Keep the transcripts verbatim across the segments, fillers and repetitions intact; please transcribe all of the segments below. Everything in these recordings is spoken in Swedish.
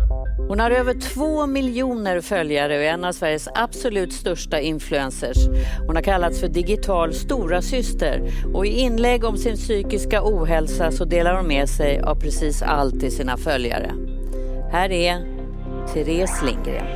Hon har över två miljoner följare och är en av Sveriges absolut största influencers. Hon har kallats för digital stora syster och i inlägg om sin psykiska ohälsa så delar hon med sig av precis allt till sina följare. Här är Therese Lindgren.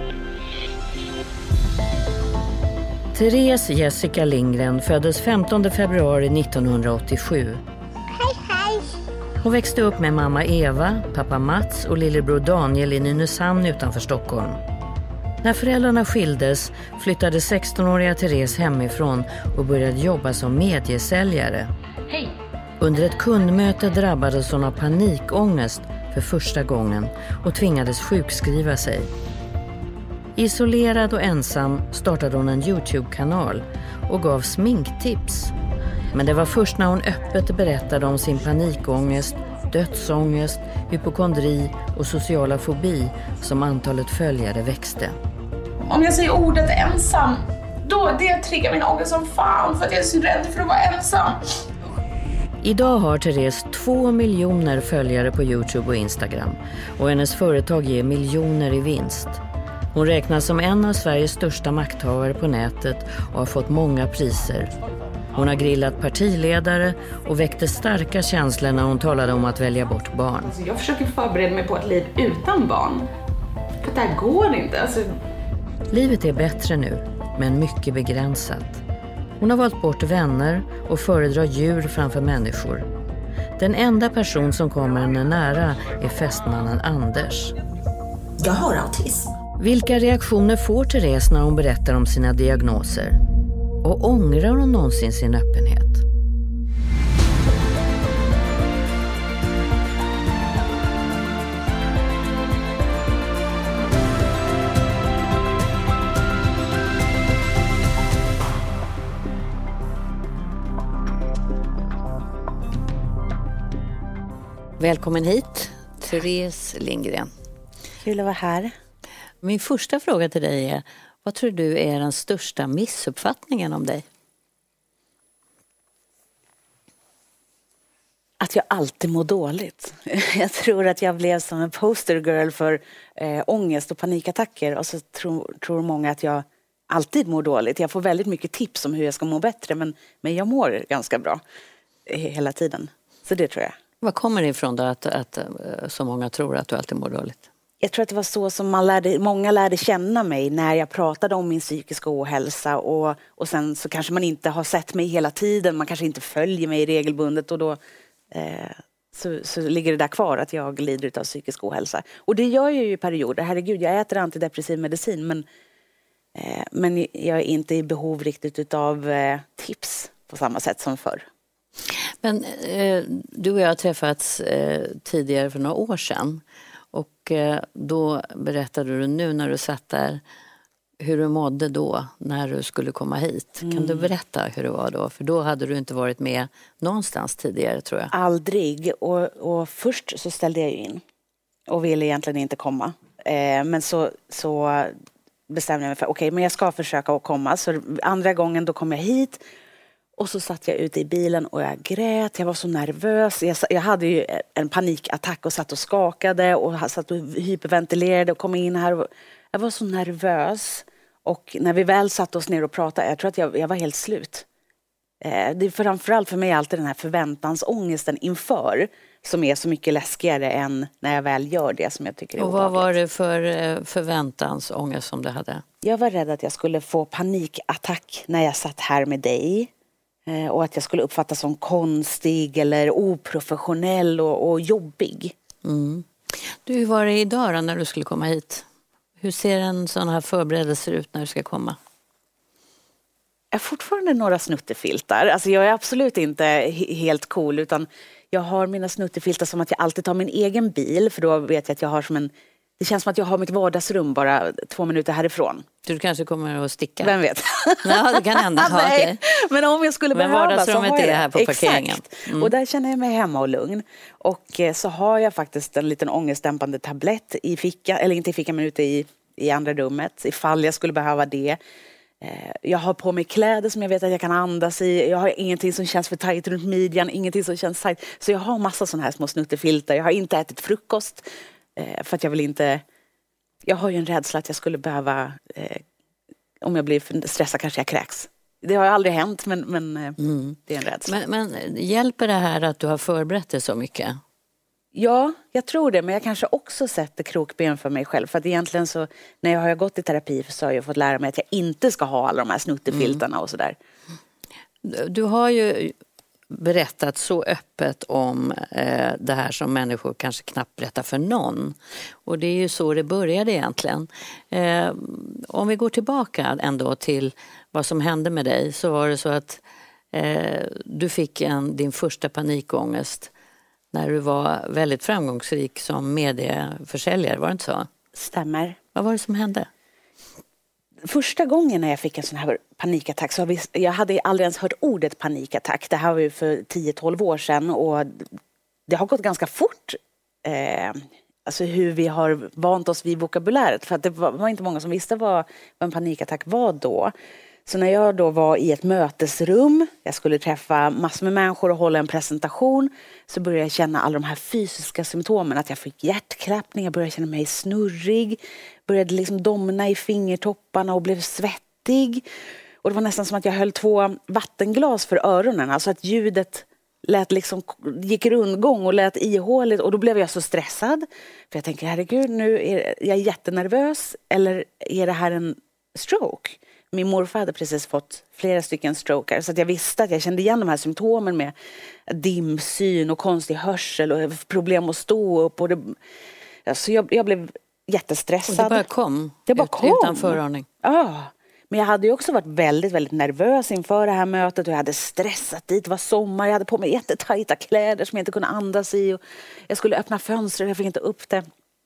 Therese Jessica Lindgren föddes femtonde februari nittonhundraåttiosju. Hon växte upp med mamma Eva, pappa Mats och lillebror Daniel i Nynäshamn utanför Stockholm. När föräldrarna skildes flyttade sextonåriga Therese hemifrån och började jobba som mediesäljare. Hej. Under ett kundmöte drabbades hon av panikångest för första gången och tvingades sjukskriva sig. Isolerad och ensam startade hon en YouTube-kanal och gav sminktips. Men det var först när hon öppet berättade om sin panikångest, dödsångest, hypokondri och sociala fobi som antalet följare växte. Om jag säger ordet ensam, då det triggar min ångest som fan för att jag är så rädd för att vara ensam. Idag har Therese två miljoner följare på YouTube och Instagram och hennes företag ger miljoner i vinst. Hon räknas som en av Sveriges största makthavare på nätet och har fått många priser. Hon har grillat partiledare och väckte starka känslor när hon talade om att välja bort barn. Alltså jag försöker förbereda mig på ett liv utan barn. För det här går inte. Alltså... Livet är bättre nu, men mycket begränsat. Hon har valt bort vänner och föredrar djur framför människor. Den enda person som kommer henne nära är fästmannen Anders. Jag har autism. Vilka reaktioner får Therese när hon berättar om sina diagnoser? Och ångrar hon någonsin sin öppenhet? Välkommen hit, Therese Lindgren. Kul att vara här. Min första fråga till dig är, vad tror du är den största missuppfattningen om dig? Att jag alltid mår dåligt. Jag tror att jag blev som en postergirl för eh, ångest och panikattacker. Och så tror, tror många att jag alltid mår dåligt. Jag får väldigt mycket tips om hur jag ska må bättre. Men, men jag mår ganska bra hela tiden. Så det tror jag. Vad kommer det ifrån då att, att så många tror att du alltid mår dåligt? Jag tror att det var så som man lärde, många lärde känna mig när jag pratade om min psykiska ohälsa. Och, och sen så kanske man inte har sett mig hela tiden. Man kanske inte följer mig regelbundet. Och då eh, så, så ligger det där kvar att jag lider av psykisk ohälsa. Och det gör jag ju i perioder. Herregud, jag äter antidepressiv medicin. Men, eh, men jag är inte i behov riktigt av eh, tips på samma sätt som förr. Men eh, du och jag har träffats eh, tidigare för några år sedan. Och eh, då berättade du nu när du satt där hur du mådde då när du skulle komma hit. Mm. Kan du berätta hur det var då? För då hade du inte varit med någonstans tidigare, tror jag. Aldrig. Och, och först så ställde jag in och ville egentligen inte komma. Eh, men så, så bestämde jag mig för okej, okay, men jag ska försöka att komma. Så andra gången då kom jag hit. Och så satt jag ute i bilen och jag grät. Jag var så nervös. Jag, jag hade ju en panikattack och satt och skakade. Och satt och hyperventilerade och kom in här. Och jag var så nervös. Och när vi väl satt oss ner och pratade. Jag tror att jag, jag var helt slut. Eh, det är framförallt för mig alltid den här förväntansångesten inför. Som är så mycket läskigare än när jag väl gör det som jag tycker är obehagligt. Och vad var det för förväntansångest som du hade? Jag var rädd att jag skulle få panikattack när jag satt här med dig. Och att jag skulle uppfattas som konstig eller oprofessionell och, och jobbig. Mm. Du, hur var det idag då när du skulle komma hit? Hur ser en sån här förberedelse ut när du ska komma? Jag har fortfarande några snuttefiltar. Alltså jag är absolut inte helt cool, utan jag har mina snuttefiltar som att jag alltid tar min egen bil. För då vet jag att jag har som en... Det känns som att jag har mitt vardagsrum bara två minuter härifrån. Du kanske kommer att sticka. Vem vet? Ja, det kan hända. Ja, nej, okay. Men om jag skulle men behöva så har jag... är det här på parkeringen. Exakt. Mm. Och där känner jag mig hemma och lugn. Och så har jag faktiskt en liten ångestdämpande tablett i fickan. Eller inte i fickan, men ute i, i andra rummet. Ifall jag skulle behöva det. Jag har på mig kläder som jag vet att jag kan andas i. Jag har ingenting som känns för tajt runt midjan. Ingenting som känns tajt. Så jag har massa sådana här små snuttefiltar. Jag har inte ätit frukost. För att jag vill inte jag har ju en rädsla att jag skulle behöva, eh, om jag blir stressad kanske jag kräks. Det har aldrig hänt, men, men eh, mm. det är en rädsla. Men, men hjälper det här att du har förberett det så mycket? Ja, jag tror det. Men jag kanske också sätter krokben för mig själv. För att egentligen så, när jag har gått i terapi så har jag fått lära mig att jag inte ska ha alla de här snuttefiltarna mm. och sådär. Du har ju berättat så öppet om eh, det här som människor kanske knappt berättar för någon. Och det är ju så det började egentligen. Eh, om vi går tillbaka ändå till vad som hände med dig, så var det så att eh, du fick en, din första panikångest när du var väldigt framgångsrik som medieförsäljare, var det inte så? Stämmer. Vad var det som hände? Första gången när jag fick en sån här panikattack, så vi, jag hade aldrig ens hört ordet panikattack. Det här var ju för tio tolv år sedan och det har gått ganska fort. Eh, alltså hur vi har vant oss vid vokabuläret. För att det var, var inte många som visste vad, vad en panikattack var då. Så när jag då var i ett mötesrum, jag skulle träffa massor med människor och hålla en presentation, så började jag känna alla de här fysiska symptomen. Att jag fick hjärtklappning, jag började känna mig snurrig, började liksom domna i fingertopparna och blev svettig. Och det var nästan som att jag höll två vattenglas för öronen, alltså att ljudet lät liksom, gick rundgång och lät ihåligt. Och då blev jag så stressad, för jag tänker, herregud, nu är jag jättenervös, eller är det här en stroke? Min morfar hade precis fått flera stycken stroker, så att jag visste att jag kände igen de här symptomen med dimsyn och konstig hörsel och problem att stå upp. Och det, alltså jag, jag blev jättestressad. Och det bara kom? Det bara ut, kom. Utan förvarning? Ja, men jag hade ju också varit väldigt, väldigt nervös inför det här mötet och jag hade stressat dit. Det var sommar, jag hade på mig jättetajta kläder som jag inte kunde andas i. Och jag skulle öppna fönstret, jag fick inte upp det.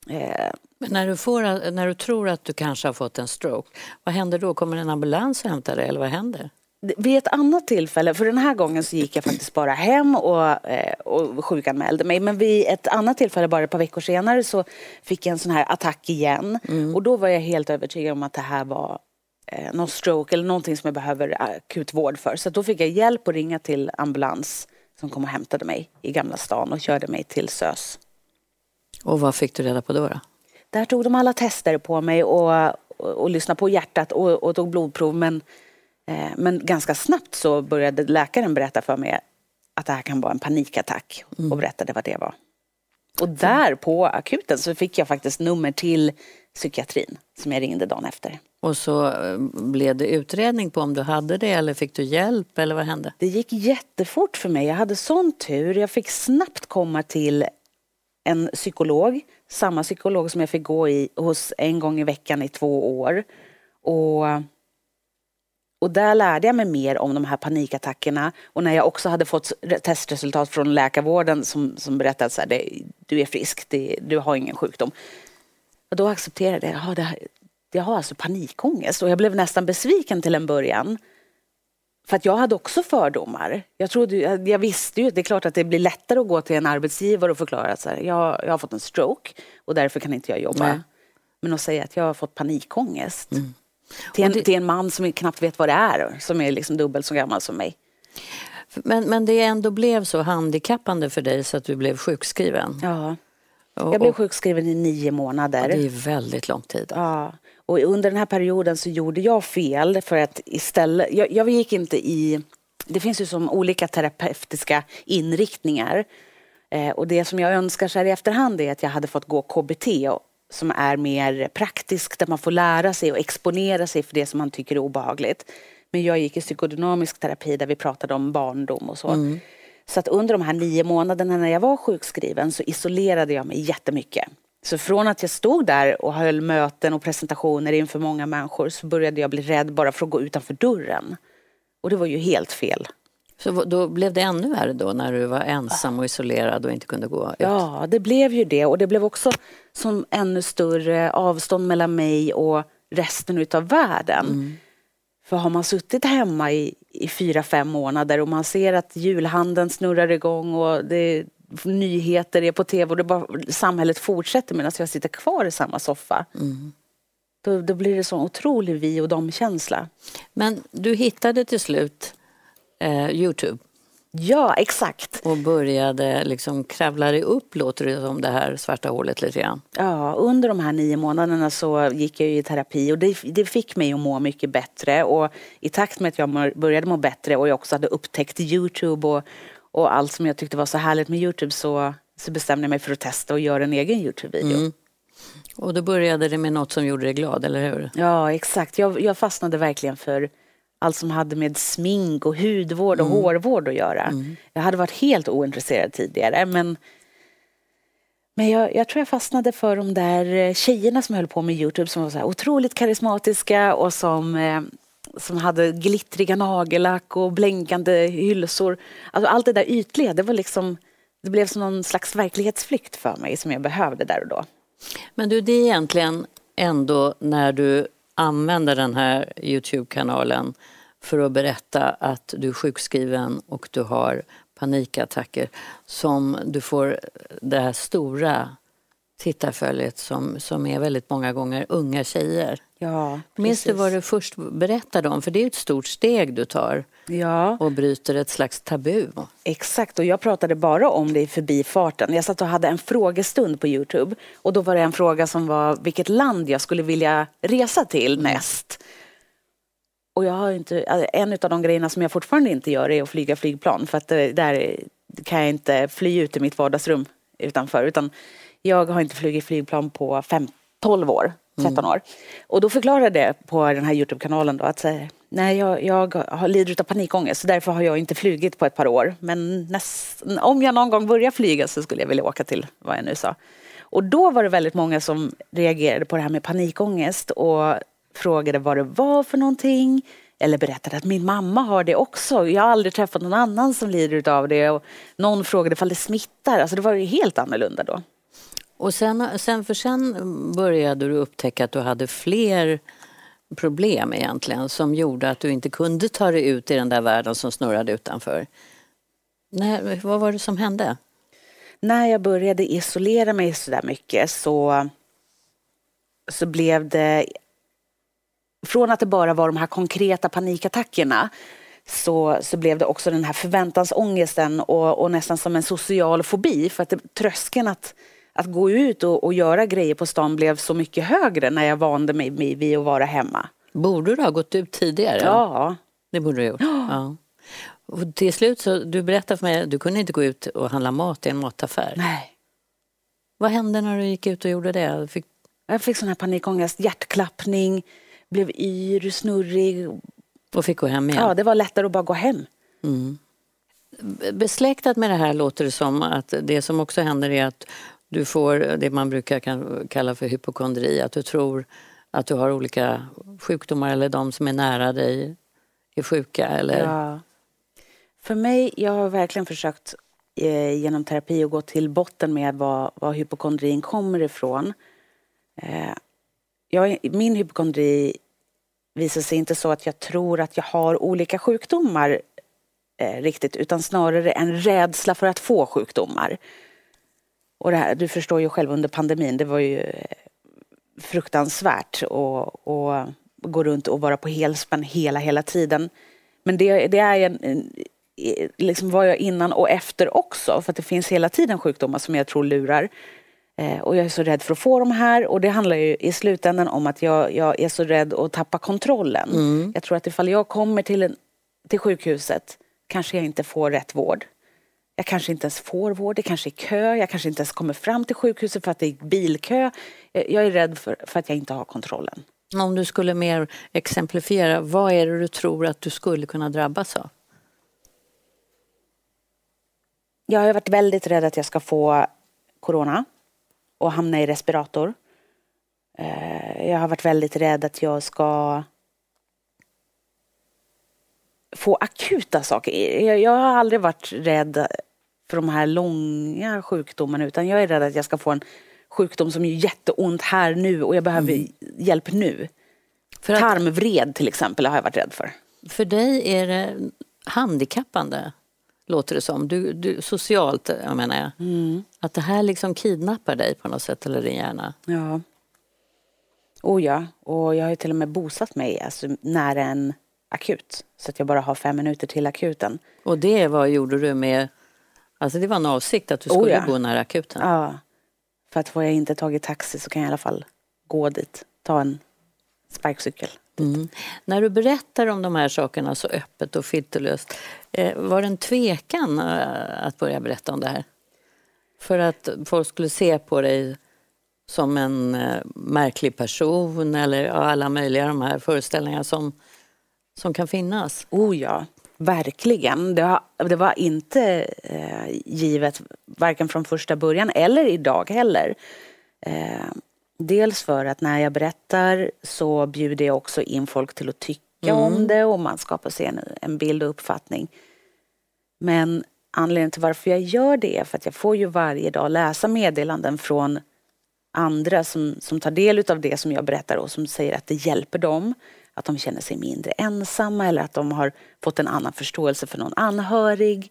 Men när du, får, när du tror att du kanske har fått en stroke, vad händer då? Kommer en ambulans och hämtar dig, eller vad händer? Vid ett annat tillfälle, för den här gången så gick jag faktiskt bara hem och, och sjukanmälde mig. Men vid ett annat tillfälle, bara ett par veckor senare, så fick jag en sån här attack igen. Mm. Och då var jag helt övertygad om att det här var eh, någon stroke eller någonting som jag behöver akut vård för. Så då fick jag hjälp att ringa till ambulans som kom och hämtade mig i Gamla stan och körde mig till S Ö S. Och vad fick du reda på då? då? Där tog de alla tester på mig och, och, och lyssnade på hjärtat och, och tog blodprov. Men, eh, men ganska snabbt så började läkaren berätta för mig att det här kan vara en panikattack. Mm. Och berättade vad det var. Och där på akuten så fick jag faktiskt nummer till psykiatrin som jag ringde dagen efter. Och så blev det utredning på om du hade det, eller fick du hjälp, eller vad hände? Det gick jättefort för mig. Jag hade sån tur. Jag fick snabbt komma till en psykolog, samma psykolog som jag fick gå i hos en gång i veckan i två år. Och, och där lärde jag mig mer om de här panikattackerna. Och när jag också hade fått testresultat från läkarvården som, som berättade så här, det, du är frisk, det, du har ingen sjukdom. Och då accepterade jag, ja, det, jag har alltså panikångest. Och jag blev nästan besviken till en början. För att jag hade också fördomar. Jag, trodde, jag visste ju, det är klart att det blir lättare att gå till en arbetsgivare och förklara att så här, jag, jag har fått en stroke och därför kan inte jag jobba. Nej. Men att säga att jag har fått panikångest mm. till, en, det, till en man som knappt vet vad det är, som är liksom dubbelt så gammal som mig. Men, men det ändå blev så handikappande för dig så att du blev sjukskriven? Ja, jag blev sjukskriven i nio månader. Det är väldigt lång tid. Ja. Och under den här perioden så gjorde jag fel för att istället, jag, jag gick inte i, det finns ju som olika terapeutiska inriktningar. Eh, och det som jag önskar så här i efterhand är att jag hade fått gå K B T som är mer praktiskt, där man får lära sig och exponera sig för det som man tycker är obehagligt. Men jag gick i psykodynamisk terapi där vi pratade om barndom och så. Mm. Så att under de här nio månaderna när jag var sjukskriven så isolerade jag mig jättemycket. Så från att jag stod där och höll möten och presentationer inför många människor så började jag bli rädd bara för att gå utanför dörren. Och det var ju helt fel. Så då blev det ännu värre då när du var ensam och isolerad och inte kunde gå ut? Ja, det blev ju det. Och det blev också som ännu större avstånd mellan mig och resten utav världen. Mm. För har man suttit hemma i, i fyra, fem månader och man ser att julhandeln snurrar igång och det nyheter är på tv och det bara, samhället fortsätter medan jag sitter kvar i samma soffa. Mm. Då, då blir det så otrolig vi och dom känsla. Men du hittade till slut eh, YouTube. Ja, exakt. Och började liksom kravla dig upp, låter det som, det här svarta hålet lite grann. Ja, under de här nio månaderna så gick jag i terapi och det, det fick mig att må mycket bättre. Och i takt med att jag började må bättre och jag också hade upptäckt YouTube och, och allt som jag tyckte var så härligt med YouTube så, så bestämde jag mig för att testa och göra en egen YouTube-video. Mm. Och då började det med något som gjorde dig glad, eller hur? Ja, exakt. Jag, jag fastnade verkligen för allt som hade med smink och hudvård och mm. hårvård att göra. Mm. Jag hade varit helt ointresserad tidigare, men, men jag, jag tror jag fastnade för de där tjejerna som höll på med YouTube som var så här otroligt karismatiska och som, eh, som hade glittriga nagellack och blänkande hylsor. Alltså allt det där ytliga, det var liksom, det blev som någon slags verklighetsflykt för mig som jag behövde där och då. Men du, det är egentligen ändå när du använder den här YouTube-kanalen för att berätta att du är sjukskriven och du har panikattacker som du får det här stora tittarföljet som, som är väldigt många gånger unga tjejer. Ja, minns du vad du först berättade om? För det är ett stort steg du tar. Ja. Och bryter ett slags tabu. Exakt, och jag pratade bara om det i förbifarten. Jag satt och hade en frågestund på YouTube. Och då var det en fråga som var vilket land jag skulle vilja resa till näst. Och jag har inte, en av de grejerna som jag fortfarande inte gör är att flyga flygplan. För att där kan jag inte fly ut i mitt vardagsrum utanför. Utan jag har inte flugit flygplan på fem, tolv år, tretton år. Och då förklarade jag på den här YouTube-kanalen då att nej, jag, jag har lidit av panikångest så därför har jag inte flugit på ett par år. Men näst, om jag någon gång börjar flyga så skulle jag vilja åka till vad jag nu sa. Och då var det väldigt många som reagerade på det här med panikångest och frågade vad det var för någonting. Eller berättade att min mamma har det också. Jag har aldrig träffat någon annan som lider av det. Och någon frågade ifall det smittar. Alltså det var ju helt annorlunda då. Och sen, sen för sen började du upptäcka att du hade fler problem egentligen som gjorde att du inte kunde ta dig ut i den där världen som snurrade utanför. Nej, vad var det som hände? När jag började isolera mig så där mycket så, så blev det, från att det bara var de här konkreta panikattackerna så, så blev det också den här förväntansångesten och, och nästan som en social fobi för att det, tröskeln att Att gå ut och, och göra grejer på stan blev så mycket högre när jag vande mig vid att vara hemma. Borde du ha gått ut tidigare? Ja. Det borde du ha gjort. Ja. Och till slut så, du berättade för mig att du kunde inte gå ut och handla mat i en mataffär. Nej. Vad hände när du gick ut och gjorde det? Du fick... Jag fick sån här panikångest, hjärtklappning, blev yr, snurrig. Och fick gå hem igen? Ja, det var lättare att bara gå hem. Mm. Besläktat med det här låter det som att det som också händer är att du får det man brukar kalla för hypokondri, att du tror att du har olika sjukdomar eller de som är nära dig är sjuka. Eller... Ja. För mig, jag har verkligen försökt eh, genom terapi att gå till botten med vad, vad hypokondrin kommer ifrån. Eh, jag, min hypokondri visar sig inte så att jag tror att jag har olika sjukdomar eh, riktigt, utan snarare en rädsla för att få sjukdomar. Och det här, du förstår ju själv under pandemin, det var ju fruktansvärt att, att gå runt och vara på helspänn hela, hela tiden. Men det, det är en, en, liksom var jag innan och efter också, för att det finns hela tiden sjukdomar som jag tror lurar. Eh, och jag är så rädd för att få dem här, och det handlar ju i slutändan om att jag, jag är så rädd att tappa kontrollen. Mm. Jag tror att ifall jag kommer till, en, till sjukhuset kanske jag inte får rätt vård. Jag kanske inte ens får vård, det kanske är kö, jag kanske inte ens kommer fram till sjukhuset för att det är bilkö. Jag är rädd för, för att jag inte har kontrollen. Om du skulle mer exemplifiera, vad är det du tror att du skulle kunna drabbas av? Jag har varit väldigt rädd att jag ska få corona och hamna i respirator. Jag har varit väldigt rädd att jag ska få akuta saker. Jag, jag har aldrig varit rädd för de här långa sjukdomarna, utan jag är rädd att jag ska få en sjukdom som är jätteont här nu och jag behöver mm. hjälp nu. För att, tarmvred till exempel har jag varit rädd för. För dig är det handikappande, låter det som. Du, du, socialt, jag menar jag. Mm. Att det här liksom kidnappar dig på något sätt, eller din hjärna. Ja. Oh ja, och jag har ju till och med bosatt mig alltså, nära en akut. Så att jag bara har fem minuter till akuten. Och det vad gjorde du med... Alltså det var en avsikt att du skulle oh ja. gå nära akuten? Ja. För att får jag inte tagit taxi så kan jag i alla fall gå dit. Ta en sparkcykel. Mm. När du berättar om de här sakerna så öppet och filterlöst. Eh, var det en tvekan eh, att börja berätta om det här? För att folk skulle se på dig som en eh, märklig person eller ja, alla möjliga de här föreställningarna som, som kan finnas. Oh ja, verkligen. Det, har, det var inte eh, givet varken från första början eller idag heller. Eh, dels för att när jag berättar så bjuder jag också in folk till att tycka mm. om det och man skapar sig en, en bild och uppfattning. Men anledningen till varför jag gör det är för att jag får ju varje dag läsa meddelanden från andra som, som tar del av det som jag berättar och som säger att det hjälper dem. Att de känner sig mindre ensamma eller att de har fått en annan förståelse för någon anhörig.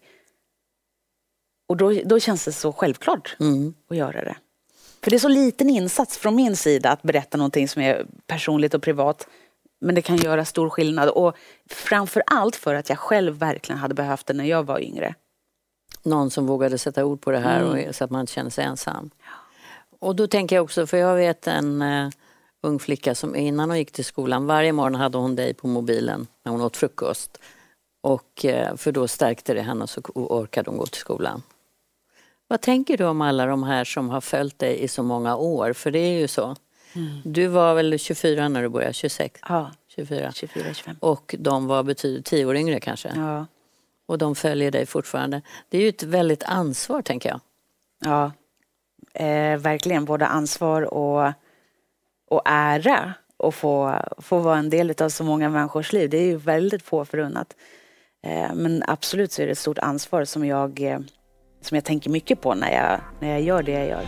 Och då, då känns det så självklart mm. att göra det. För det är så liten insats från min sida att berätta någonting som är personligt och privat. Men det kan göra stor skillnad. Och framför allt för att jag själv verkligen hade behövt det när jag var yngre. Någon som vågade sätta ord på det här mm. och, så att man inte känner sig ensam. Ja. Och då tänker jag också, för jag vet en uh, ung flicka som innan hon gick till skolan, varje morgon hade hon dig på mobilen när hon åt frukost. Och uh, för då stärkte det henne så orkade hon gå till skolan. Vad tänker du om alla de här som har följt dig i så många år? För det är ju så. Mm. Du var väl tjugofyra när du började, tjugosex? Ja, tjugofyra. tjugofyra tjugofem. Och de var betydligt tio år yngre kanske? Ja. Och de följer dig fortfarande. Det är ju ett väldigt ansvar, tänker jag. Ja, eh, verkligen. Både ansvar och, och ära. Och få, få vara en del av så många människors liv. Det är ju väldigt få förunnat. Eh, men absolut så är det ett stort ansvar som jag, eh, som jag tänker mycket på när jag, när jag gör det jag gör.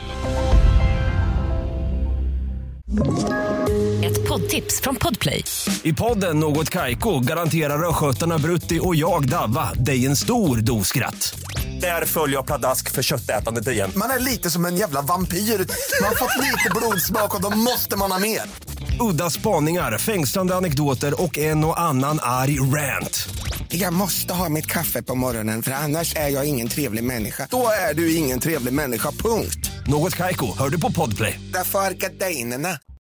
Ett poddtips från Podplay. I podden Något Kaiko garanterar röskötarna Brutti och jag Davva dig en stor doskratt. Där följer jag pladask för köttätandet igen. Man är lite som en jävla vampyr. Man har fått lite blodsmak och då måste man ha mer. Udda spaningar, fängslande anekdoter och en och annan arg rant. Jag måste ha mitt kaffe på morgonen för annars är jag ingen trevlig människa. Då är du ingen trevlig människa, punkt. Något Kaiko, hör du på Podplay. Därför är gardinerna.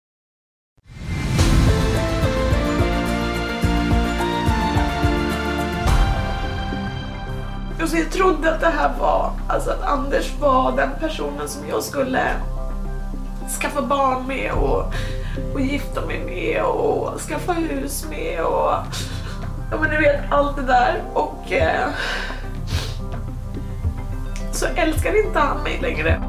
Så jag trodde att det här var, alltså att Anders var den personen som jag skulle skaffa barn med och, och gifta mig med och skaffa hus med och ja men ni vet allt det där och eh, så älskar inte han mig längre.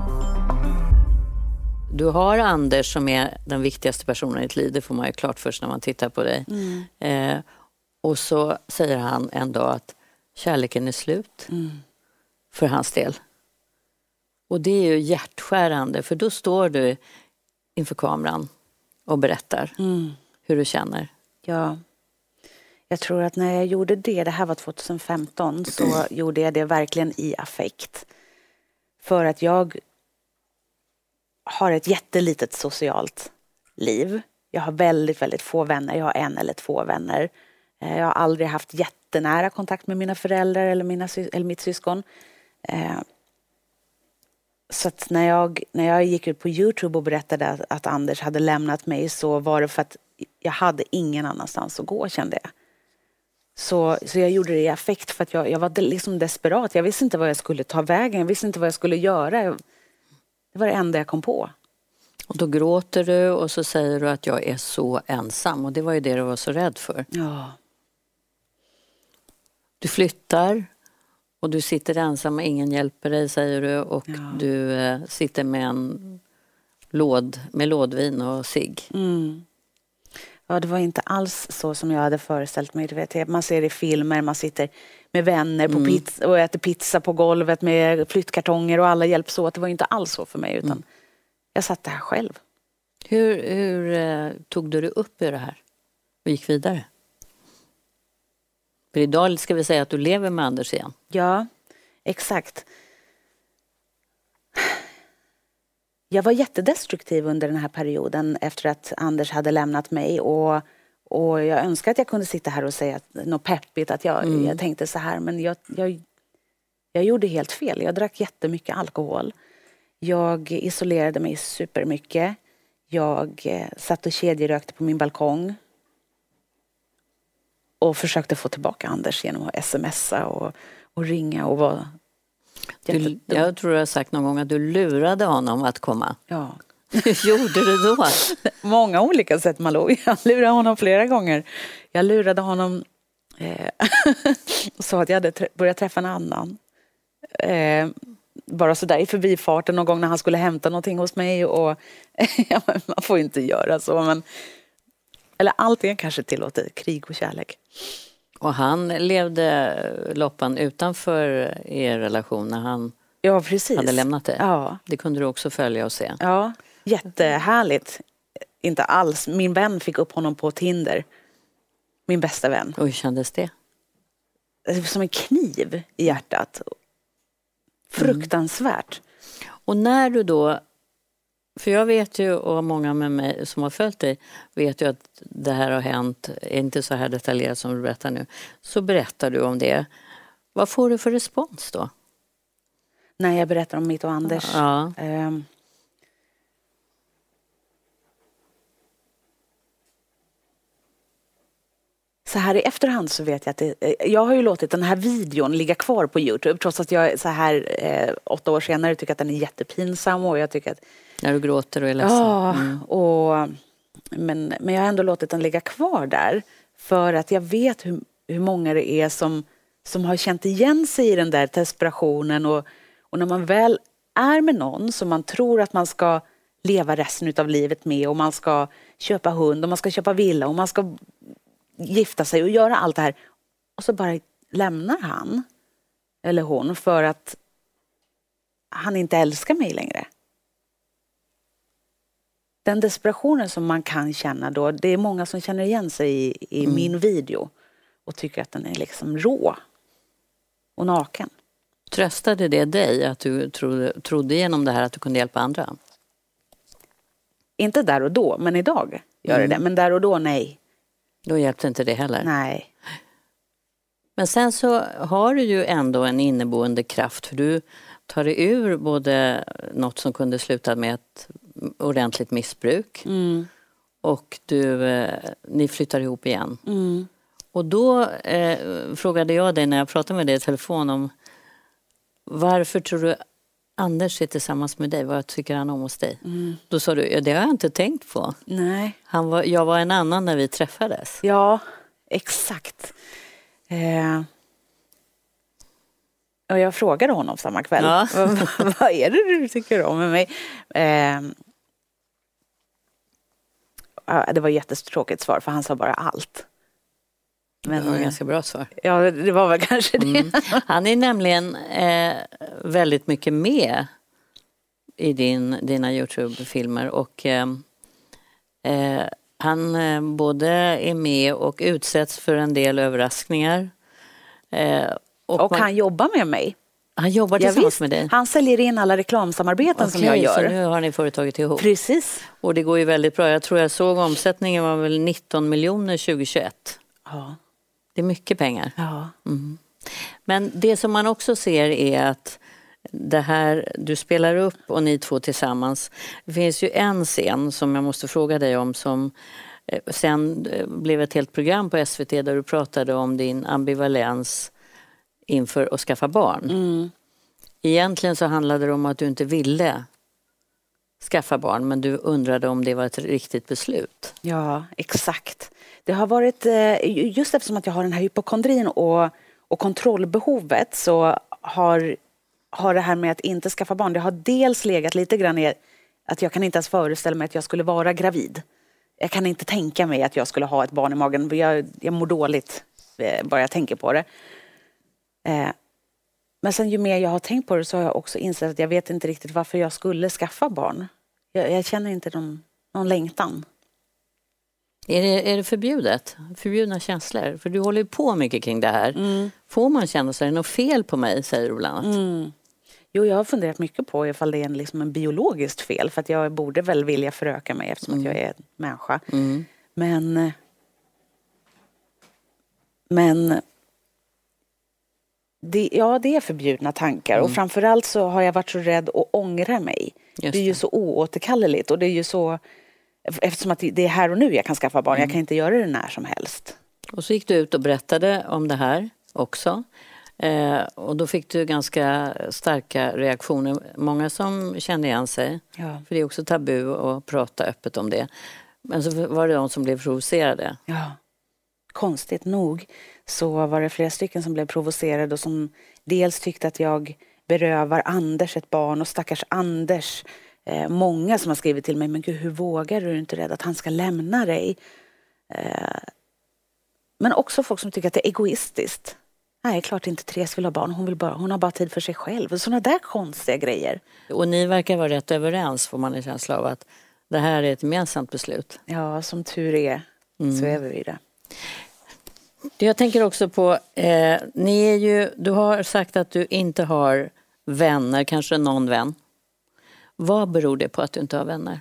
Du har Anders som är den viktigaste personen i ditt liv, det får man ju klart först när man tittar på dig. Mm. Eh, och så säger han en dag att kärleken är slut mm. för hans del. Och det är ju hjärtskärande för då står du inför kameran och berättar mm. hur du känner. Ja, jag tror att när jag gjorde det, det här var tjugohundrafemton, så gjorde jag det verkligen i affekt. För att jag har ett jättelitet socialt liv. Jag har väldigt, väldigt få vänner. Jag har en eller två vänner. Jag har aldrig haft jättenära kontakt med mina föräldrar eller, mina, eller mitt syskon. Eh, så att när jag, när jag gick ut på YouTube och berättade att, att Anders hade lämnat mig så var det för att jag hade ingen annanstans att gå, kände jag. Så, så jag gjorde det i affekt för att jag, jag var liksom desperat. Jag visste inte vad jag skulle ta vägen. Jag visste inte vad jag skulle göra. Det var det enda jag kom på. Och då gråter du och så säger du att jag är så ensam. Och det var ju det du var så rädd för. Ja. Du flyttar och du sitter ensam och ingen hjälper dig, säger du. Och ja. du eh, sitter med en låd, med lådvin och cigg. Mm. Ja, det var inte alls så som jag hade föreställt mig. Du vet, man ser det i filmer, man sitter med vänner på mm. pizza och äter pizza på golvet med flyttkartonger och alla hjälps åt. Det var inte alls så för mig, utan mm. jag satt där själv. Hur, hur eh, tog du dig upp i det här och gick vidare? För idag ska vi säga att du lever med Anders igen. Ja, exakt. Jag var jättedestruktiv under den här perioden efter att Anders hade lämnat mig. Och, Och jag önskar att jag kunde sitta här och säga något peppigt, att jag, Mm. jag tänkte så här, men jag, jag, jag gjorde helt fel. Jag drack jättemycket alkohol. Jag isolerade mig supermycket. Jag eh, satt och kedjerökte på min balkong. Och försökte få tillbaka Anders genom att smsa och, och ringa och vara... Du, jag tror du har sagt någon gång att du lurade honom att komma. Ja. Hur gjorde du då? Många olika sätt, Malou. Jag lurade honom flera gånger. Jag lurade honom eh, och sa att jag hade trä- börjat träffa en annan. Eh, bara sådär i förbifarten någon gång när han skulle hämta någonting hos mig. Och ja, man får inte göra så. Men, eller allting kanske tillåter krig och kärlek. Och han levde loppan utanför er relation när han Ja, precis. hade lämnat dig. Ja. Det kunde du också följa och se. Ja, jättehärligt. Inte alls. Min vän fick upp honom på Tinder. Min bästa vän. Och hur kändes det? Det var som en kniv i hjärtat. Fruktansvärt. Och när du då, för jag vet ju, och många med mig som har följt dig vet ju att det här har hänt, är inte så här detaljerat som du berättar nu, så berättar du om det. Vad får du för respons då? När jag berättar om mitt och Anders. Ja. Um, så här i efterhand så vet jag att det, jag har ju låtit den här videon ligga kvar på YouTube trots att jag så här eh, åtta år senare tycker att den är jättepinsam och jag tycker att När du gråter och är ledsen. ja, Mm. och men, men jag har ändå låtit den ligga kvar där för att jag vet hur, hur många det är som, som har känt igen sig i den där desperationen och, och när man väl är med någon som man tror att man ska leva resten av livet med och man ska köpa hund och man ska köpa villa och man ska gifta sig och göra allt det här och så bara lämnar han eller hon för att han inte älskar mig längre. Den desperationen som man kan känna då, det är många som känner igen sig i, i Mm. min video och tycker att den är liksom rå och naken. Tröstade det dig att du trodde, trodde genom det här att du kunde hjälpa andra? Inte där och då, men idag gör Mm. det det. Men där och då, nej. Då hjälpte inte det heller. Nej. Men sen så har du ju ändå en inneboende kraft för du tar dig ur både något som kunde sluta med ett ordentligt missbruk Mm. och du, eh, ni flyttar ihop igen. Mm. Och då eh, frågade jag dig när jag pratade med dig i telefon om varför tror du Anders är tillsammans med dig? Vad tycker han om hos dig? Mm. Då sa du, ja, det har jag inte tänkt på. Nej. Han var, jag var en annan när vi träffades. Ja, exakt. Eh. Och jag frågade honom samma kväll. Ja. vad, vad är det du tycker om med mig? Eh. Ja, det var ett jättetråkigt svar för han sa bara allt. Men, det var ett ganska bra svar. Ja, det var väl kanske det. Mm. Han är nämligen eh, väldigt mycket med i din, dina YouTube-filmer och eh, eh, han eh, både är med och utsätts för en del överraskningar. Eh, och Och man, han jobbar med mig. han jobbar Ja, tillsammans visst. med dig. Han säljer in alla reklamsamarbeten som jag Okej, gör. så nu har ni företaget ihop. Precis. Och det går ju väldigt bra. Jag tror jag såg omsättningen var väl nitton miljoner tjugohundratjugoett. Ja. Det är mycket pengar. Ja. Mm. Men det som man också ser är att det här du spelar upp och ni två tillsammans. Det finns ju en scen som jag måste fråga dig om som eh, sen eh, blev ett helt program på S V T där du pratade om din ambivalens inför att skaffa barn. Mm. Egentligen så handlade det om att du inte ville skaffa barn men du undrade om det var ett riktigt beslut. Ja, exakt. Det har varit, eh, just eftersom att jag har den här hypokondrin och, och kontrollbehovet så har, har det här med att inte skaffa barn, det har dels legat lite grann i att jag kan inte ens föreställa mig att jag skulle vara gravid. Jag kan inte tänka mig att jag skulle ha ett barn i magen. Jag, jag mår dåligt eh, bara jag tänker på det. Eh, men sen ju mer jag har tänkt på det så har jag också insett att jag vet inte riktigt varför jag skulle skaffa barn. Jag, jag känner inte någon, någon längtan. Är det, är det förbjudet? Förbjudna känslor? För du håller ju på mycket kring det här. Mm. Får man känna sig något fel på mig, säger du bland annat. Mm. Jo, jag har funderat mycket på ifall det är en, liksom en biologiskt fel. För att jag borde väl vilja föröka mig eftersom Mm. att jag är en människa. Mm. Men, Men det, ja, det är förbjudna tankar. Mm. Och framförallt så har jag varit så rädd att ångra mig. Just det är ju så oåterkalleligt. Och det är ju så, eftersom att det är här och nu jag kan skaffa barn. Mm. Jag kan inte göra det när som helst. Och så gick du ut och berättade om det här också. Eh, och då fick du ganska starka reaktioner. Många som kände igen sig. Ja. För det är också tabu att prata öppet om det. Men så var det de som blev provocerade. Ja, konstigt nog så var det flera stycken som blev provocerade och som dels tyckte att jag berövar Anders ett barn och stackars Anders. Eh, många som har skrivit till mig, men gud, hur vågar du inte rädd att han ska lämna dig? Eh, men också folk som tycker att det är egoistiskt. Nej, klart inte Therese vill ha barn. Hon, vill bara, hon har bara tid för sig själv. Och sådana där konstiga grejer. Och ni verkar vara rätt överens, får man en känsla av att det här är ett gemensamt beslut. Ja, som tur är mm. så är vi det. Jag tänker också på, eh, ni är ju, du har sagt att du inte har vänner, kanske någon vän. Vad beror det på att du inte har vänner?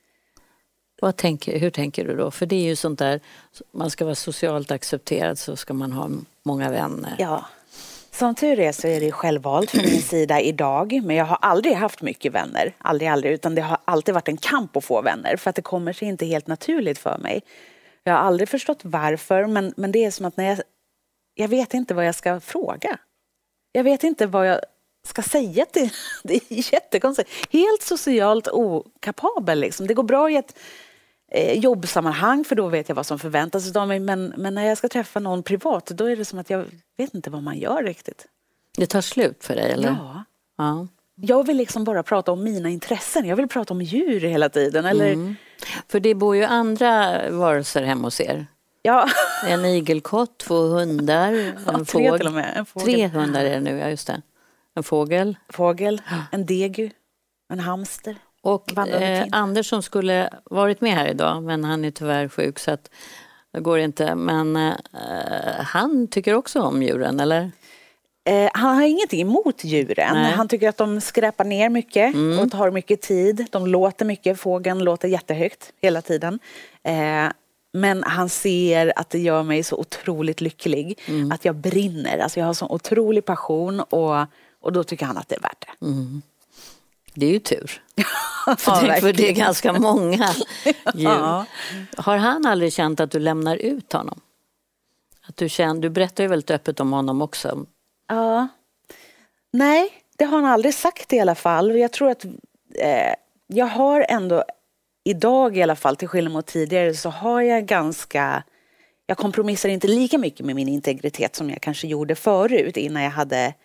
Vad tänker, hur tänker du då? För det är ju sånt där, man ska vara socialt accepterad så ska man ha många vänner. Ja, som tur är så är det självvalt från min sida idag. Men jag har aldrig haft mycket vänner. Aldrig, aldrig. Utan det har alltid varit en kamp att få vänner. För att det kommer sig inte helt naturligt för mig. Jag har aldrig förstått varför. Men, men det är som att när jag... Jag vet inte vad jag ska fråga. Jag vet inte vad jag ska säga till... Det är jättekonstigt. Helt socialt okapabel liksom. Det går bra i ett eh, jobbsammanhang för då vet jag vad som förväntas av mig. Men, men när jag ska träffa någon privat då är det som att jag vet inte vad man gör riktigt. Det tar slut för dig, eller? Ja. Ja. Jag vill liksom bara prata om mina intressen. Jag vill prata om djur hela tiden. Eller... Mm. För det bor ju andra varelser hemma hos er. Ja. En igelkott, två hundar, en ja, fågel. Tre till och med. En fågel. Tre hundar är det nu, ja just det. En fågel. Fågel, en degu, en hamster. Och eh, Anders som skulle varit med här idag, men han är tyvärr sjuk så att det går inte. Men eh, han tycker också om djuren, eller? Eh, han har ingenting emot djuren. Nej. Han tycker att de skräpar ner mycket mm. och tar mycket tid. De låter mycket, fågeln låter jättehögt hela tiden. Eh, men han ser att det gör mig så otroligt lycklig. Mm. Att jag brinner. Alltså jag har sån otrolig passion och, och då tycker han att det är värt det. Mm. Det är ju tur. för, det, för det är ganska många djur. Ja. Har han aldrig känt att du lämnar ut honom? Att du, känner, du berättar ju väldigt öppet om honom också. Ja. Nej, det har han aldrig sagt i alla fall. Jag tror att eh, jag har ändå idag i alla fall, till skillnad mot tidigare, så har jag ganska... Jag kompromissar inte lika mycket med min integritet som jag kanske gjorde förut innan jag hade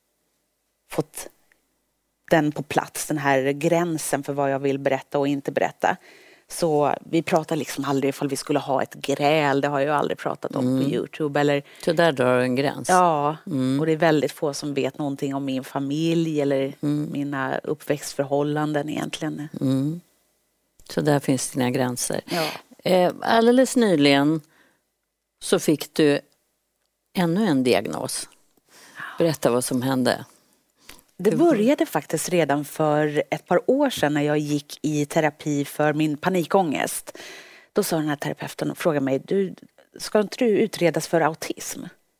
fått den på plats, den här gränsen för vad jag vill berätta och inte berätta. Så vi pratar liksom aldrig ifall vi skulle ha ett gräl, det har jag ju aldrig pratat om mm. på YouTube. Eller... Så där drar en gräns. Ja, mm. och det är väldigt få som vet någonting om min familj eller mm. mina uppväxtförhållanden egentligen. Mm. Så där finns dina gränser. Ja. Eh, alldeles nyligen så fick du ännu en diagnos. Berätta vad som hände. Det började faktiskt redan för ett par år sedan när jag gick i terapi för min panikångest. Då sa den här terapeuten och frågade mig, du, ska inte du utredas för autism?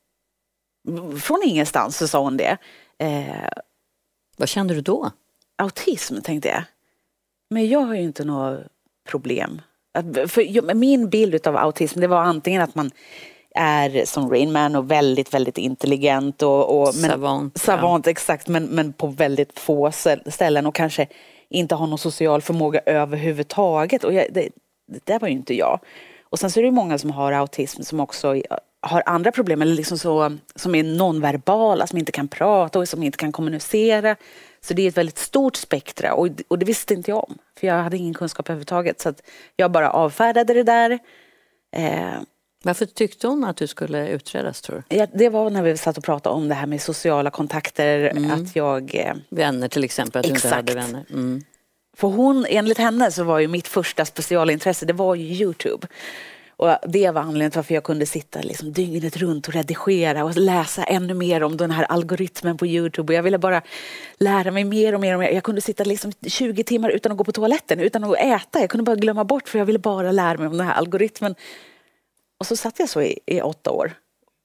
Från ingenstans så sa hon det. Eh, vad kände du då? Autism, tänkte jag. Men jag har ju inte något problem. För min bild av autism, det var antingen att man är som Rain Man och väldigt, väldigt intelligent. Och, och, men, savant. Savant, ja. exakt. Men, men på väldigt få ställen och kanske inte har någon social förmåga överhuvudtaget. Och jag, det, det var ju inte jag. Och sen så är det många som har autism som också har andra problem. Eller liksom så, som är nonverbala, som inte kan prata och som inte kan kommunicera. Så det är ett väldigt stort spektra. Och, och det visste inte jag om. För jag hade ingen kunskap överhuvudtaget. Så att jag bara avfärdade det där. Eh, Varför tyckte hon att du skulle utredas, tror du? Ja, det var när vi satt och pratade om det här med sociala kontakter. Mm. Att jag... Eh, vänner till exempel, att exakt. Du inte hade vänner. Mm. För hon, enligt henne så var ju mitt första specialintresse, det var ju YouTube. Och det var anledningen till varför jag kunde sitta liksom dygnet runt och redigera och läsa ännu mer om den här algoritmen på YouTube. Och jag ville bara lära mig mer och mer och mer. Jag kunde sitta liksom tjugo timmar utan att gå på toaletten, utan att äta. Jag kunde bara glömma bort för jag ville bara lära mig om den här algoritmen. Och så satt jag så i, i åtta år.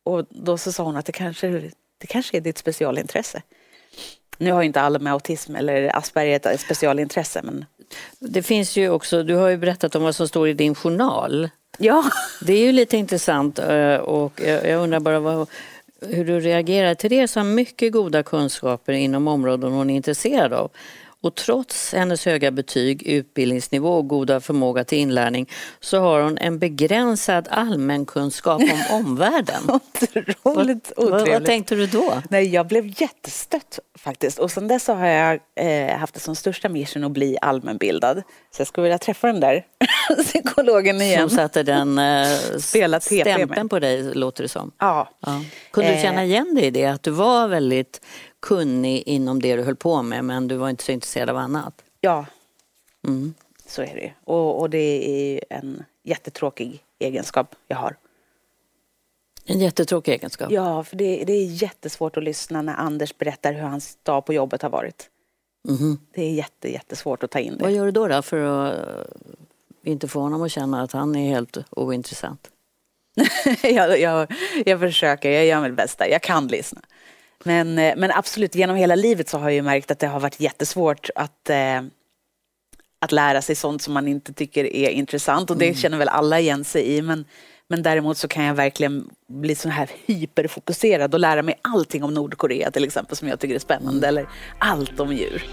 och då så sa hon att det kanske, det kanske är ditt specialintresse. Nu har ju inte alla med autism eller Asperger ett specialintresse. Men... Det finns ju också, du har ju berättat om vad som står i din journal. Ja. Det är ju lite intressant och jag undrar bara vad, hur du reagerar. Therese har mycket goda kunskaper inom områden hon är intresserad av. Och trots hennes höga betyg, utbildningsnivå och goda förmåga till inlärning så har hon en begränsad allmänkunskap om omvärlden. Otroligt vad, vad, vad tänkte du då? Nej, jag blev jättestött faktiskt. Och sen dess så har jag eh, haft det som största mission att bli allmänbildad. Så jag skulle vilja träffa den där psykologen igen. Som satte den eh, stämpeln på dig, låter det som. Ja. ja. Kunde du känna igen dig i det? Att du var väldigt kunnig inom det du höll på med, men du var inte så intresserad av annat. Ja, mm. så är det. Och, och det är en jättetråkig egenskap jag har. En jättetråkig egenskap? Ja, för det, det är jättesvårt att lyssna när Anders berättar hur hans dag på jobbet har varit. Mm. Det är jätte, jättesvårt att ta in det. Vad gör du då, då för att inte få honom att känna att han är helt ointressant? jag, jag, jag försöker, jag gör mitt bästa. Jag kan lyssna. Men, men absolut, genom hela livet så har jag ju märkt att det har varit jättesvårt att, eh, att lära sig sånt som man inte tycker är intressant. Och det mm. känner väl alla igen sig i. Men, men däremot så kan jag verkligen bli så här hyperfokuserad och lära mig allting om Nordkorea till exempel som jag tycker är spännande. Mm. Eller allt om djur.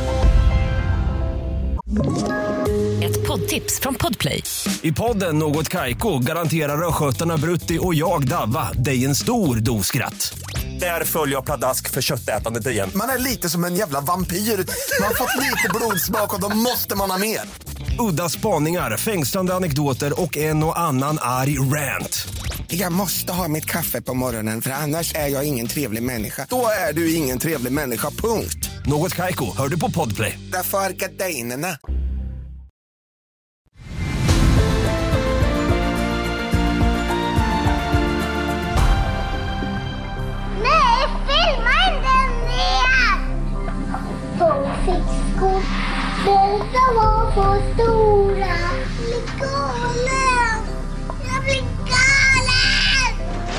Ett poddtips från Podplay. I podden Något Kaiko garanterar östgötarna Brutti och jag Davva dig en stor dos skratt. Där följer jag pladask för köttätandet igen. Man är lite som en jävla vampyr. Man har fått lite blodsmak och då måste man ha mer. Udda spaningar, fängslande anekdoter och en och annan arg rant. Jag måste ha mitt kaffe på morgonen för annars är jag ingen trevlig människa. Då är du ingen trevlig människa, punkt. Något Kaiko, hör du på Podplay. Därför är gardinerna. Fiskor, de var så stora. Jag blir galen. Jag blir galen.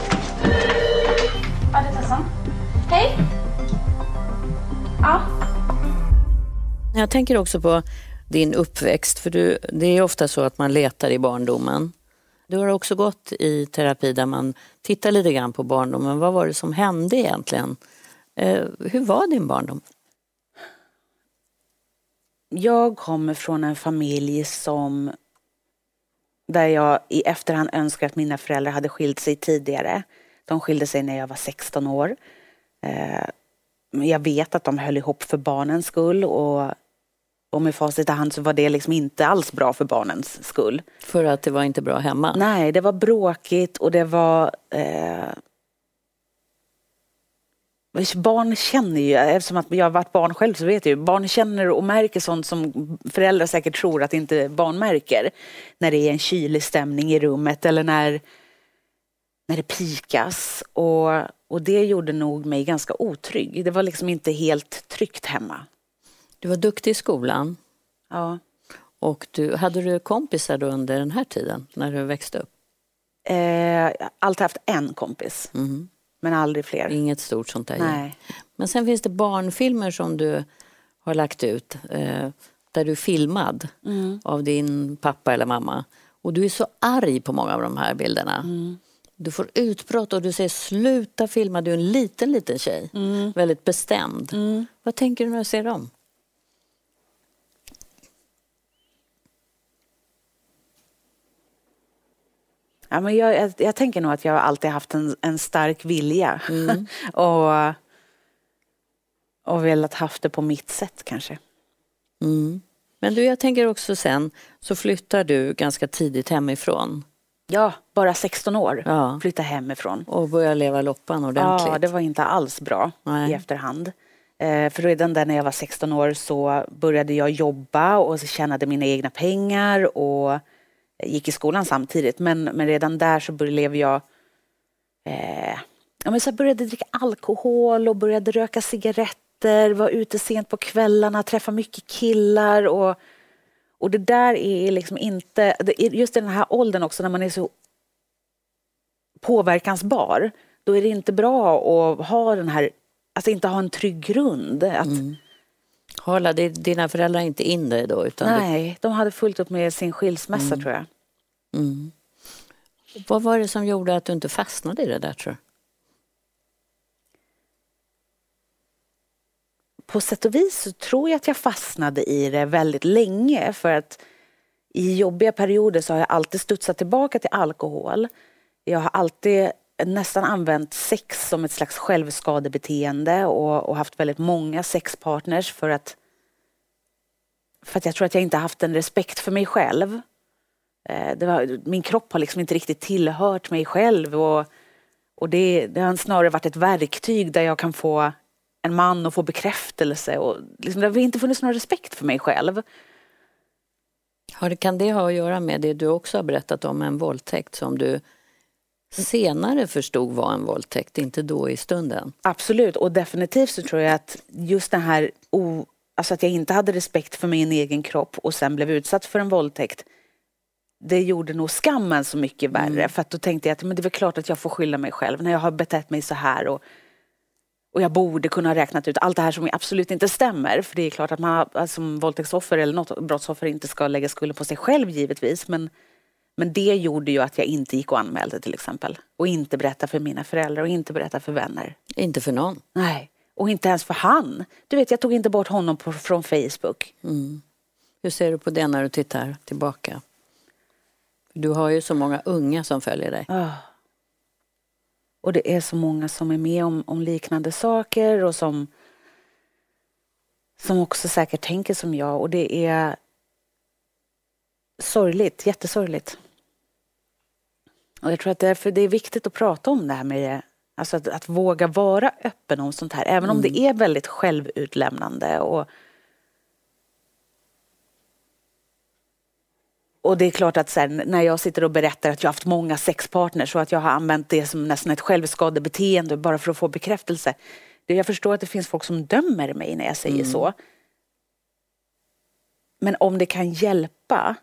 Ja, det är Tessan. Hej. Ja. Jag tänker också på din uppväxt. För du, det är ofta så att man letar i barndomen. Du har också gått i terapi där man tittar lite grann på barndomen. Vad var det som hände egentligen? Eh, hur var din barndom? Jag kommer från en familj som där jag i efterhand önskar att mina föräldrar hade skilt sig tidigare. De skilde sig när jag var sexton år. Eh, jag vet att de höll ihop för barnens skull och, och med facit i hand så var det liksom inte alls bra för barnens skull. För att det var inte bra hemma? Nej, det var bråkigt och det var... Eh, barn känner ju, eftersom att jag har varit barn själv så vet jag ju, barn känner och märker sånt som föräldrar säkert tror att inte barn märker. När det är en kylig stämning i rummet eller när, när det pikas. Och, och det gjorde nog mig ganska otrygg. Det var liksom inte helt tryggt hemma. Du var duktig i skolan. Ja. Och du, hade du kompisar då under den här tiden när du växte upp? Eh, jag har alltid haft en kompis. Mm. Men aldrig fler. Inget stort sånt där. Nej. Men sen finns det barnfilmer som du har lagt ut. Eh, där du är filmad mm. av din pappa eller mamma. Och du är så arg på många av de här bilderna. Mm. Du får utbrott och du säger sluta filma. Du är en liten, liten tjej. Mm. Väldigt bestämd. Mm. Vad tänker du när du ser dem? Ja, men jag, jag, jag tänker nog att jag alltid haft en, en stark vilja. Mm. och, och velat haft det på mitt sätt kanske. Mm. Men du, jag tänker också sen så flyttar du ganska tidigt hemifrån. Ja, bara sexton år. Ja. Flytta hemifrån. Och börja leva loppan ordentligt. Ja, det var inte alls bra. Nej. I efterhand. Eh, för redan där när jag var sexton år så började jag jobba och så tjänade mina egna pengar och gick i skolan samtidigt. Men, men redan där så började jag eh, ja, men så började dricka alkohol och började röka cigaretter, var ute sent på kvällarna, träffa mycket killar och, och det där är liksom inte, just i den här åldern också när man är så påverkansbar, då är det inte bra att ha den här, alltså inte ha en trygg grund. Att, mm. Hålla dina föräldrar inte in dig då? Utan nej, du... de hade fullt upp med sin skilsmässa mm. tror jag. Mm. Vad var det som gjorde att du inte fastnade i det där, tror du? På sätt och vis så tror jag att jag fastnade i det väldigt länge, för att i jobbiga perioder så har jag alltid studsat tillbaka till alkohol. Jag har alltid nästan använt sex som ett slags självskadebeteende och, och haft väldigt många sexpartners för att för att jag tror att jag inte haft en respekt för mig själv. Det var, min kropp har liksom inte riktigt tillhört mig själv, och, och det, det har snarare varit ett verktyg där jag kan få en man och få bekräftelse, och liksom, det har inte funnits någon respekt för mig själv. Ja, det kan det ha att göra med det du också har berättat om, en våldtäkt som du senare förstod var en våldtäkt, inte då i stunden? Absolut, och definitivt så tror jag att just den här o, alltså att jag inte hade respekt för min egen kropp och sen blev utsatt för en våldtäkt, det gjorde nog skammen så mycket värre. Mm. För att då tänkte jag att men det är väl klart att jag får skylla mig själv när jag har betett mig så här, och, och jag borde kunna ha räknat ut allt det här som absolut inte stämmer. För det är klart att man som alltså, våldtäktsoffer eller något brottsoffer inte ska lägga skulden på sig själv givetvis. Men, men det gjorde ju att jag inte gick och anmälde till exempel. Och inte berätta för mina föräldrar och inte berätta för vänner. Inte för någon? Nej, och inte ens för han. Du vet, jag tog inte bort honom på, från Facebook. Mm. Hur ser du på det när du tittar tillbaka? Du har ju så många unga som följer dig. Oh. Och det är så många som är med om, om liknande saker och som, som också säkert tänker som jag. Och det är sorgligt, jättesorgligt. Och jag tror att därför det är viktigt att prata om det här med, alltså att, att våga vara öppen om sånt här. Även mm. om det är väldigt självutlämnande och Och det är klart att sen, när jag sitter och berättar att jag har haft många sexpartners och att jag har använt det som nästan ett självskadebeteende bara för att få bekräftelse. Det, jag förstår att det finns folk som dömer mig när jag säger mm. så. Men om det kan hjälpa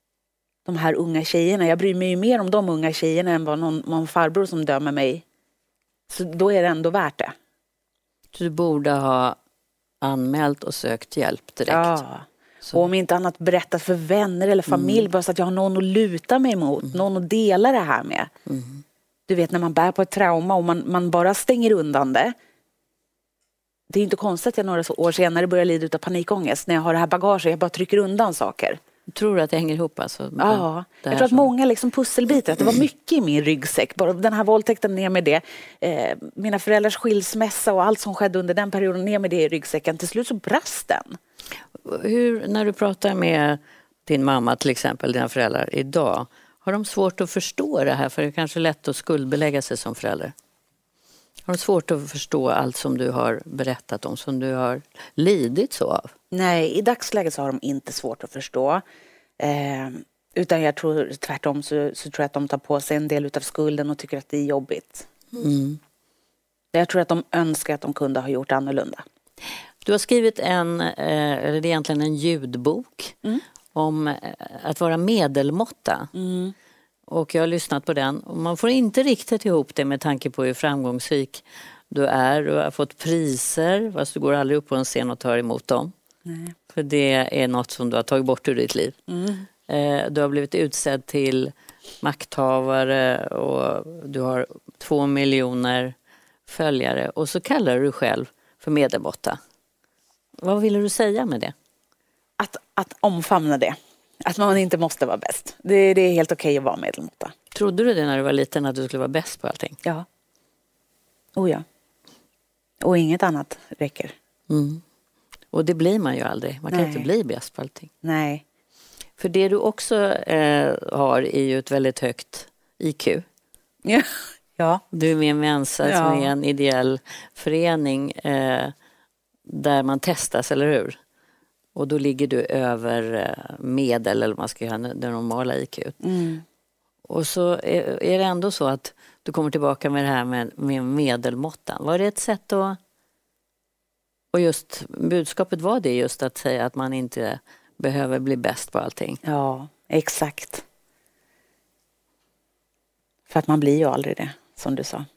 de här unga tjejerna, jag bryr mig ju mer om de unga tjejerna än vad någon, någon farbror som dömer mig. Så då är det ändå värt det. Du borde ha anmält och sökt hjälp direkt. Ja. Så. Och om inte annat berättat för vänner eller familj, mm. bara så att jag har någon att luta mig mot, mm. någon att dela det här med. Mm. Du vet, när man bär på ett trauma och man, man bara stänger undan det. Det är inte konstigt att jag några år senare börjar lida av panikångest när jag har det här bagaget, jag bara trycker undan saker. Tror du att det hänger ihop alltså? Ja, jag tror att som... många liksom pusselbitar, att det var mycket i min ryggsäck. Bara den här våldtäkten, ner med det. Eh, mina föräldrars skilsmässa och allt som skedde under den perioden, ner med det i ryggsäcken. Till slut så brast den. Hur, när du pratar med din mamma till exempel, dina föräldrar idag, har de svårt att förstå det här? För det är kanske lätt att skuldbelägga sig som förälder. Har de svårt att förstå allt som du har berättat om, som du har lidit så av? Nej, i dagsläget så har de inte svårt att förstå. Eh, utan jag tror tvärtom så, så tror jag att de tar på sig en del av skulden och tycker att det är jobbigt. Mm. Jag tror att de önskar att de kunde ha gjort annorlunda. Du har skrivit en, eller det är egentligen en ljudbok mm. om att vara medelmåtta. Mm. Och jag har lyssnat på den. Och man får inte riktigt ihop det med tanke på hur framgångsrik du är. Du har fått priser, fast du går aldrig upp på en scen och tar emot dem. Nej. För det är något som du har tagit bort ur ditt liv. Mm. Du har blivit utsedd till makthavare och du har två miljoner följare. Och så kallar du själv för medelmåtta. Vad ville du säga med det? Att, att omfamna det. Att man inte måste vara bäst. Det, det är helt okej att vara medelmåtta. Trodde du det när du var liten att du skulle vara bäst på allting? Ja. Oh ja. Och inget annat räcker. Mm. Och det blir man ju aldrig. Man kan Nej. inte bli bäst på allting. Nej. För det du också eh, har är ju ett väldigt högt I Q. Ja. ja. Du är med i Mensa ja. som är en ideell förening eh, där man testas, eller hur? Och då ligger du över medel, eller man ska göra det normala I Q. Mm. Och så är, är det ändå så att du kommer tillbaka med det här med, med medelmåttan. Var det ett sätt att... Och just budskapet var det just att säga att man inte behöver bli bäst på allting. Ja, exakt. För att man blir ju aldrig det, som du sa.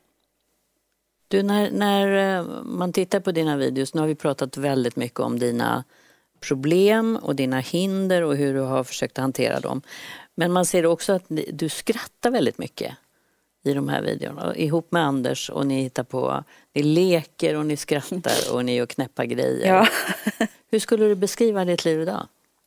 Du, när, när man tittar på dina videos, nu har vi pratat väldigt mycket om dina problem och dina hinder och hur du har försökt hantera dem. Men man ser också att du skrattar väldigt mycket i de här videorna. Ihop med Anders, och ni hittar på, ni leker och ni skrattar och ni gör knäppa grejer. Ja. Hur skulle du beskriva ditt liv idag?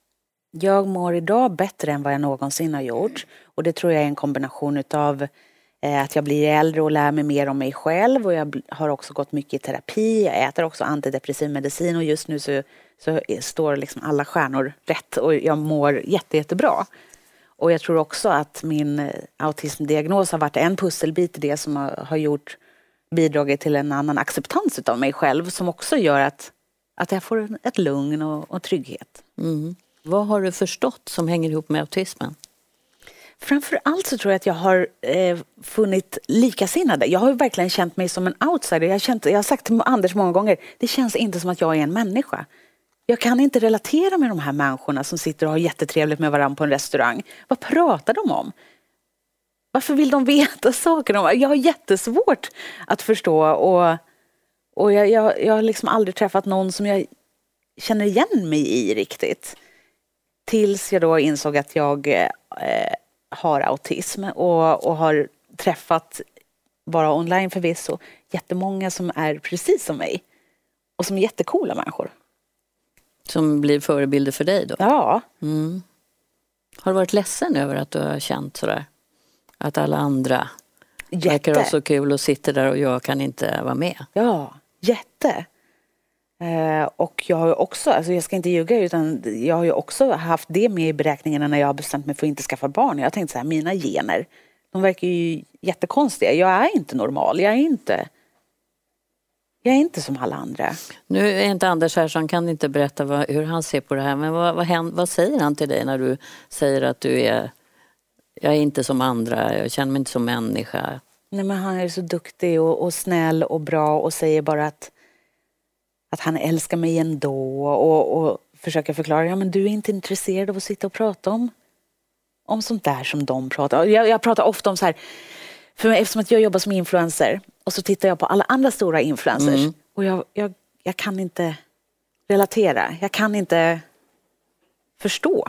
Jag mår idag bättre än vad jag någonsin har gjort. Och det tror jag är en kombination utav eh, att jag blir äldre och lär mig mer om mig själv. Och jag har också gått mycket i terapi. Jag äter också antidepressiv medicin. Och just nu så, så står liksom alla stjärnor rätt. Och jag mår jätte, jättebra. Och jag tror också att min autismdiagnos har varit en pusselbit i det som har, har gjort, bidragit till en annan acceptans utav mig själv. Som också gör att, att jag får ett lugn och, och trygghet. Mm. Vad har du förstått som hänger ihop med autismen? Framförallt så tror jag att jag har eh, funnit likasinnade. Jag har verkligen känt mig som en outsider. Jag har, känt, jag har sagt till Anders många gånger, det känns inte som att jag är en människa. Jag kan inte relatera med de här människorna som sitter och har jättetrevligt med varandra på en restaurang. Vad pratar de om? Varför vill de veta saker om? Jag har jättesvårt att förstå. Och, och jag, jag, jag har liksom aldrig träffat någon som jag känner igen mig i riktigt. Tills jag då insåg att jag eh, har autism. Och, och har träffat, bara online förvisso, jättemånga som är precis som mig. Och som är jättecoola människor. Som blir förebilder för dig då? Ja. Mm. Har du varit ledsen över att du har känt sådär? Att alla andra jätte. verkar ha så kul och sitter där och jag kan inte vara med? Ja, jätte. Eh, och jag har ju också, alltså jag ska inte ljuga, utan jag har ju också haft det med i beräkningarna när jag har bestämt mig för att inte skaffa barn. Jag har tänkt så här, mina gener, de verkar ju jättekonstiga. Jag är inte normal, jag är inte... Jag är inte som alla andra. Nu är inte Anders här så han kan inte berätta vad, hur han ser på det här. Men vad, vad, händer, vad säger han till dig när du säger att du är... Jag är inte som andra, jag känner mig inte som människa. Nej, men han är så duktig och, och snäll och bra och säger bara att, att han älskar mig ändå. Och, och försöker förklara, ja men du är inte intresserad av att sitta och prata om, om sånt där som de pratar. Jag, jag pratar ofta om så här... För mig, eftersom att jag jobbar som influencer och så tittar jag på alla andra stora influencers mm. och jag, jag, jag kan inte relatera. Jag kan inte förstå.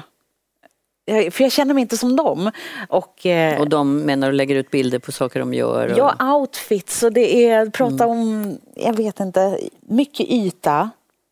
Jag, för jag känner mig inte som dem. Och, eh, och de menar du lägger ut bilder på saker de gör? Och... Ja, outfits och det är prata mm. om, jag vet inte, mycket yta.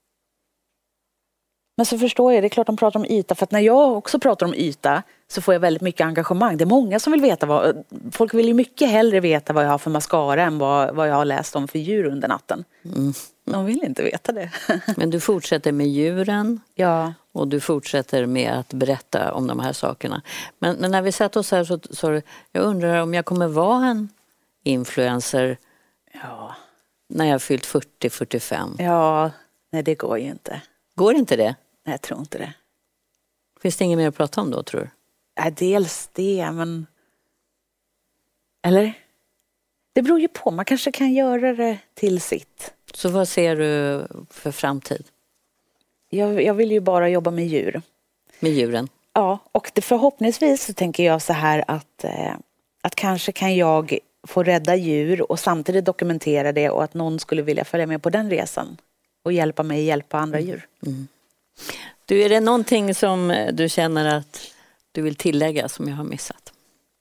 Men så förstår jag, det är klart de pratar om yta. För att när jag också pratar om yta så får jag väldigt mycket engagemang. Det är många som vill veta vad... Folk vill ju mycket hellre veta vad jag har för mascara än vad, vad jag har läst om för djur under natten. Mm. De vill inte veta det. Men du fortsätter med djuren. Ja. Och du fortsätter med att berätta om de här sakerna. Men, men när vi satt oss här så, så jag undrar om jag kommer vara en influencer ja. när jag har fyllt fyrtio fyrtiofem. Ja, nej det går ju inte. Går inte det? Nej, jag tror inte det. Finns det inget mer att prata om då, tror du? Ja, dels det, men... Eller? Det beror ju på. Man kanske kan göra det till sitt. Så vad ser du för framtid? Jag, jag vill ju bara jobba med djur. Med djuren? Ja, och det, förhoppningsvis så tänker jag så här att, eh, att kanske kan jag få rädda djur och samtidigt dokumentera det och att någon skulle vilja följa med på den resan och hjälpa mig hjälpa andra mm. djur. Mm. Du, är det någonting som du känner att du vill tillägga som jag har missat?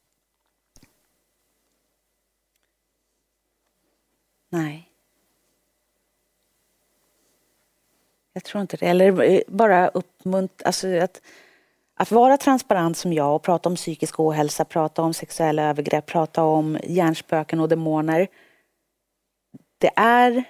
Nej. Jag tror inte det. Eller bara uppmuntra, alltså att, att vara transparent som jag och prata om psykisk ohälsa, prata om sexuella övergrepp, prata om hjärnspöken och demoner. Det är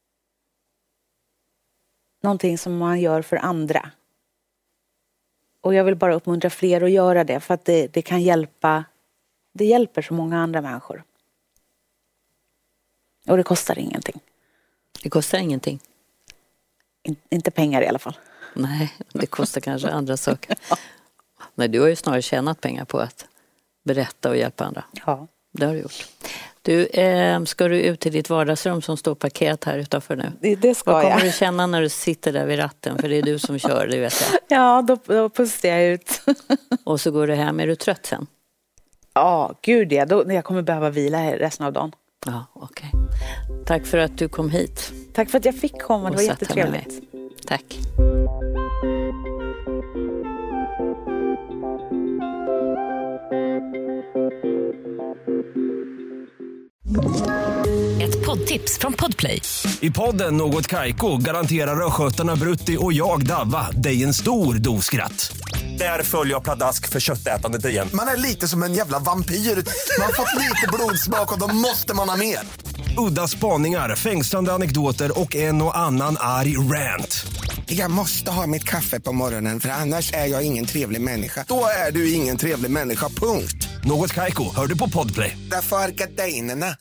någonting som man gör för andra. Och jag vill bara uppmuntra fler att göra det för att det, det kan hjälpa, det hjälper så många andra människor. Och det kostar ingenting. Det kostar ingenting? In, inte pengar i alla fall. Nej, det kostar kanske andra saker. Ja. Nej, du har ju snarare tjänat pengar på att berätta och hjälpa andra. Ja. Det har du gjort. Du, eh, ska du ut till ditt vardagsrum som står parkerat här utanför nu? Det, det ska Vad kommer jag. du känna när du sitter där vid ratten? För det är du som kör, det vet jag. Ja, då, då pustar jag ut. Och så går du hem. Är du trött sen? Ja, gud ja. Då, jag kommer behöva vila resten av dagen. Ja, okej. Okay. Tack för att du kom hit. Tack för att jag fick komma. Det var jättetrevligt. Tack. Ett poddtips från Podplay. I podden Något Kaiko garanterar röskötarna Brutti och jag Davva dig en stor doskratt. Där följer jag pladask för köttätandet igen. Man är lite som en jävla vampyr. Man har fått lite blodsmak och då måste man ha mer. Udda spaningar, fängslande anekdoter och en och annan arg rant. Jag måste ha mitt kaffe på morgonen för annars är jag ingen trevlig människa. Då är du ingen trevlig människa, punkt. Något Kaiko, hör du på Podplay. Därför är gardinerna.